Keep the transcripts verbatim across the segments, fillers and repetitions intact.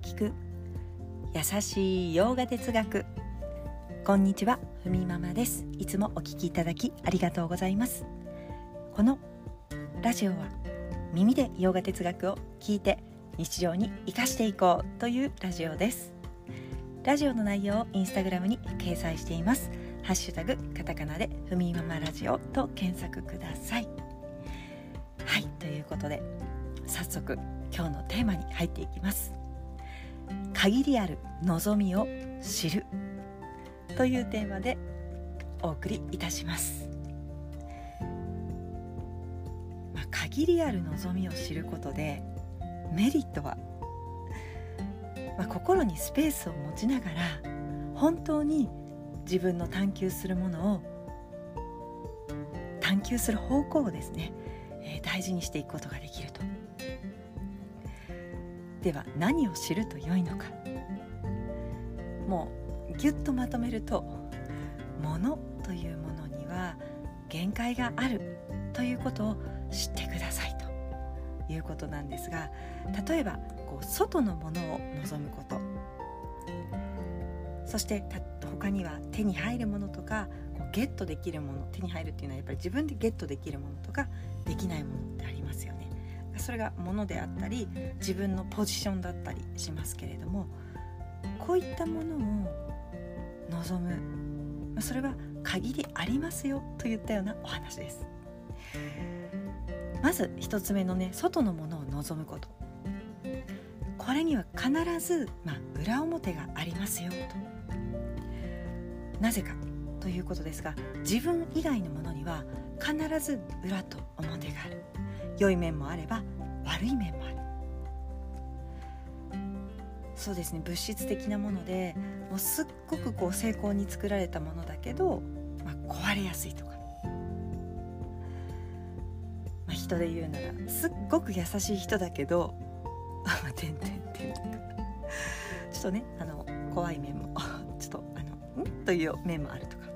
聞く優しい洋画哲学。こんにちは、ふみママです。いつもお聞きいただきありがとうございます。このラジオは耳で洋画哲学を聞いて日常に生かしていこうというラジオです。ラジオの内容をインスタグラムに掲載しています。ハッシュタグカタカナでふみママラジオと検索ください。はい、ということで早速今日のテーマに入っていきます。限りある望みを知るというテーマでお送りいたします。まあ、限りある望みを知ることでメリットは、まあ、心にスペースを持ちながら本当に自分の探求するものを探求する方向をですね、えー、大事にしていくことができると。では何を知ると良いのか。もうギュッとまとめると、物というものには限界があるということを知ってくださいということなんですが、例えばこう外のものを望むこと、そして他には手に入るものとかこうゲットできるもの、手に入るっていうのはやっぱり自分でゲットできるものとかできないものってありますよね。それが物であったり自分のポジションだったりしますけれども、こういったものを望む、それは限りありますよといったようなお話です。まず一つ目のね、外のものを望むこと、これには必ず、まあ、裏表がありますよと。なぜかということですが、自分以外のものには必ず裏と表がある。良い面もあれば悪い面もある。そうですね、物質的なものでもうすっごくこう精巧に作られたものだけど、まあ、壊れやすいとか、まあ、人で言うならすっごく優しい人だけどてんてんてんとかちょっとね、あの怖い面もちょっとあのんという面もあるとか。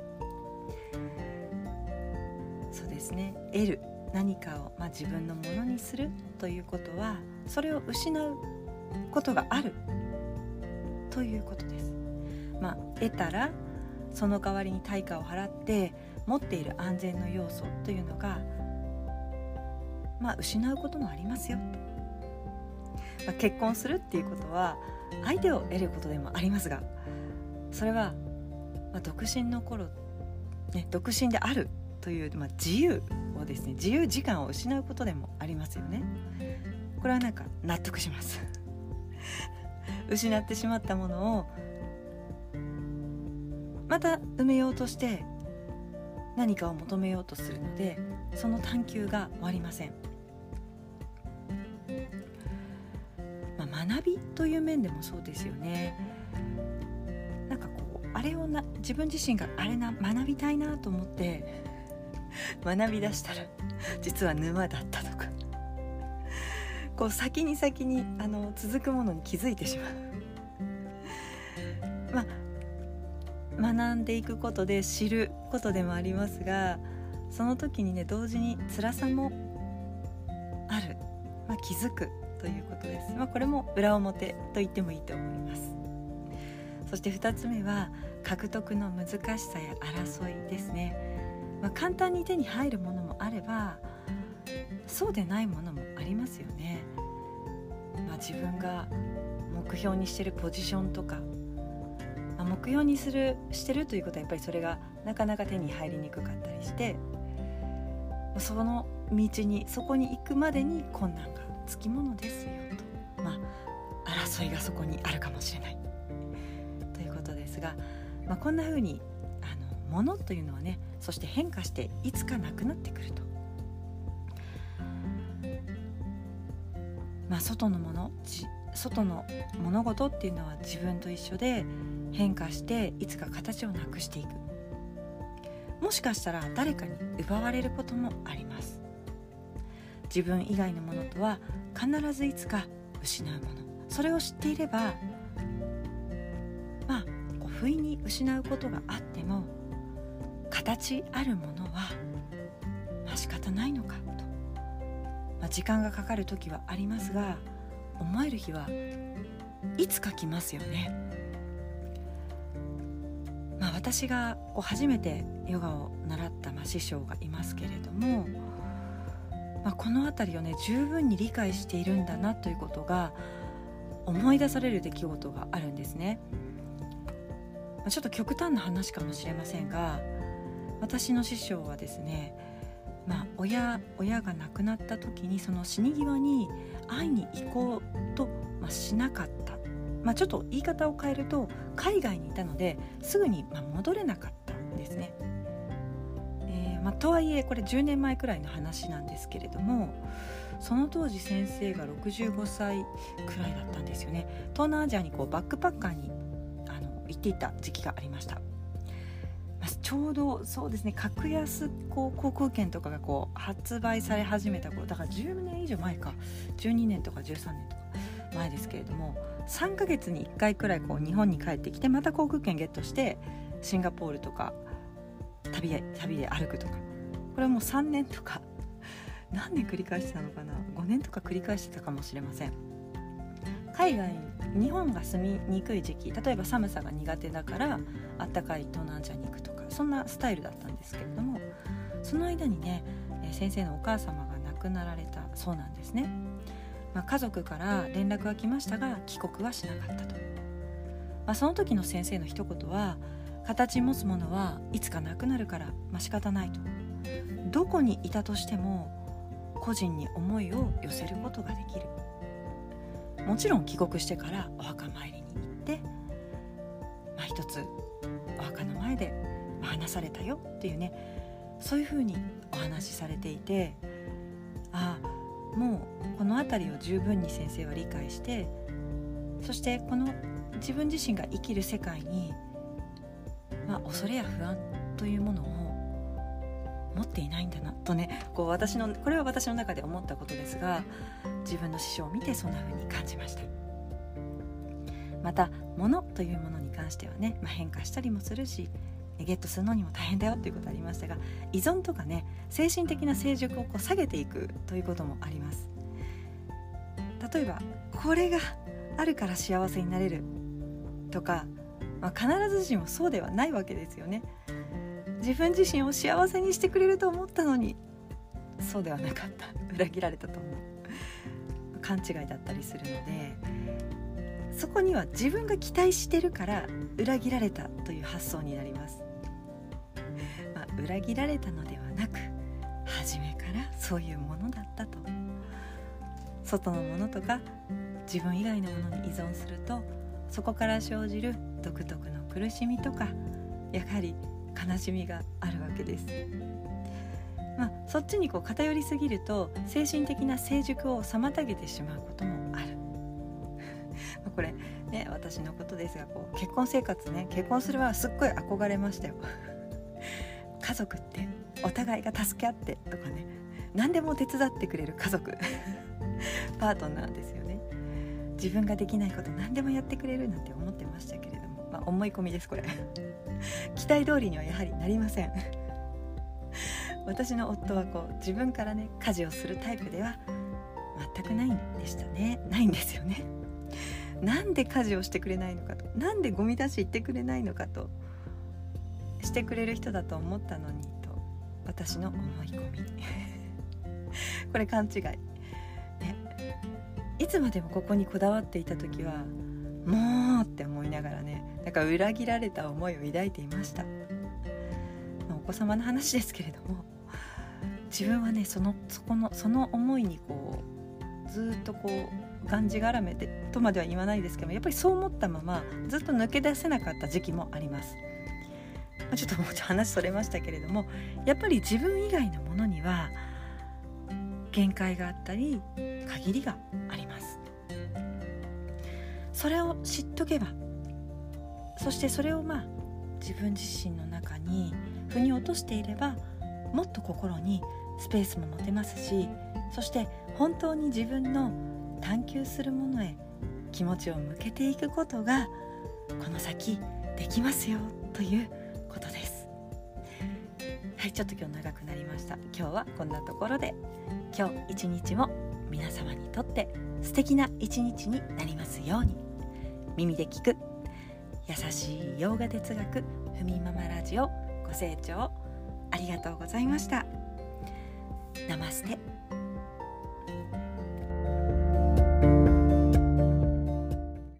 そうですね、得る何かを、まあ、自分のものにするということはそれを失うことがあるということです。まあ、得たらその代わりに対価を払って持っている安全の要素というのが、まあ、失うこともありますよと。まあ、結婚するっていうことは相手を得ることでもありますが、それは、まあ、独身の頃、ね、独身であるという、まあ、自由をですね、自由時間を失うことでもありますよね。これはなんか納得します失ってしまったものをまた埋めようとして何かを求めようとするので、その探求が終わりません。まあ、学びという面でもそうですよね。なんかこうあれをな自分自身があれな学びたいなと思って学び出したら実は沼だったとか、こう先に先にあの続くものに気づいてしまう。まあ、学んでいくことで知ることでもありますが、その時にね、同時に辛さもある、まあ、気づくということです。まあ、これも裏表と言ってもいいと思います。そしてふたつめは獲得の難しさや争いですね。まあ、簡単に手に入るものもあればそうでないものもありますよね。まあ、自分が目標にしているポジションとか、まあ、目標にするしてるということはやっぱりそれがなかなか手に入りにくかったりして、その道にそこに行くまでに困難がつきものですよと。まあ、争いがそこにあるかもしれないということですが、まあ、こんな風にあの物というのはね、そして変化していつかなくなってくると。まあ、外のもの、外の物事っていうのは自分と一緒で変化していつか形をなくしていく。もしかしたら誰かに奪われることもあります。自分以外のものとは必ずいつか失うもの、それを知っていれば、まあこう不意に失うことがあっても形あるものは、まあ、仕方ないのかと、まあ、時間がかかる時はありますが、思える日はいつか来ますよね。まあ、私がこう初めてヨガを習った、まあ、師匠がいますけれども、まあ、このあたりをね十分に理解しているんだなということが思い出される出来事があるんですね。まあ、ちょっと極端な話かもしれませんが、私の師匠はですね、まあ、親, 親が亡くなった時にその死に際に会いに行こうと、まあ、しなかった、まあ、ちょっと言い方を変えると海外にいたのですぐにまあ戻れなかったんですね。えーまあ、とはいえこれじゅうねんまえくらいの話なんですけれども、その当時先生がろくじゅうごさいくらいだったんですよね。東南アジアにこうバックパッカーにあの行っていた時期がありました。ちょうどそうですね、格安こう航空券とかがこう発売され始めた頃だからじゅうねん以上前か、じゅうにねんとかじゅうさんねんとか前ですけれども、さんかげつにいっかいくらいこう日本に帰ってきてまた航空券ゲットしてシンガポールとか旅で、旅で歩くとか、これはもうさんねんとか何年繰り返してたのかな、ごねんとか繰り返してたかもしれません。海外日本が住みにくい時期、例えば寒さが苦手だからあったかい東南アジアに行くとか、そんなスタイルだったんですけれども、その間にね先生のお母様が亡くなられたそうなんですね。まあ、家族から連絡が来ましたが帰国はしなかったと。まあ、その時の先生の一言は、形持つものはいつかなくなるから、まあ、仕方ないと。どこにいたとしても個人に思いを寄せることができる。もちろん帰国してからお墓参りに行って、まあ、一つお墓の前で話されたよっていうね、そういうふうにお話しされていて、ああもうこのあたりを十分に先生は理解して、そしてこの自分自身が生きる世界に、まあ、恐れや不安というものを持っていないんだなとね、こう私のこれは私の中で思ったことですが、自分の師匠を見てそんな風に感じました。また物というものに関してはね、まあ、変化したりもするしゲットするのにも大変だよということありましたが、依存とかね精神的な成熟をこう下げていくということもあります。例えばこれがあるから幸せになれるとか、まあ、必ずしもそうではないわけですよね。自分自身を幸せにしてくれると思ったのにそうではなかった、裏切られたと思う、勘違いだったりするので、そこには自分が期待してるから裏切られたという発想になります。まあ、裏切られたのではなく初めからそういうものだったと。外のものとか自分以外のものに依存すると、そこから生じる独特の苦しみとかやはり悲しみがあるわけです。まあ、そっちにこう偏りすぎると精神的な成熟を妨げてしまうこともある。これね、私のことですが、こう結婚生活ね、結婚するはすっごい憧れましたよ。家族ってお互いが助け合ってとかね、何でも手伝ってくれる家族パートナーですよね。自分ができないこと何でもやってくれるなんて思ってましたけれども、まあ、思い込みですこれ。期待通りにはやはりなりません。私の夫はこう自分からね家事をするタイプでは全くないんでしたね。ないんですよね。なんで家事をしてくれないのかと、なんでゴミ出し行ってくれないのかと、してくれる人だと思ったのにと、私の思い込みこれ勘違い、ね、いつまでもここにこだわっていた時はもうって思いながらね、なんか裏切られた思いを抱いていました。まあ、お子様の話ですけれども、自分はねそのそこのその思いにこうずっとこうがんじがらめてとまでは言わないですけども、やっぱりそう思ったままずっと抜け出せなかった時期もあります。まあ、ちょっともうちょっと話それましたけれども、やっぱり自分以外のものには限界があったり限りがあります。それを知っとけば、そしてそれをまあ自分自身の中に腑に落としていれば、もっと心にスペースも持てますし、そして本当に自分の探求するものへ気持ちを向けていくことがこの先できますよということです。はい、ちょっと今日長くなりました。今日はこんなところで、今日一日も皆様にとって素敵な一日になりますように。 耳で聞く優しい洋画哲学ふみママラジオご清聴ありがとうございました。ナマステ。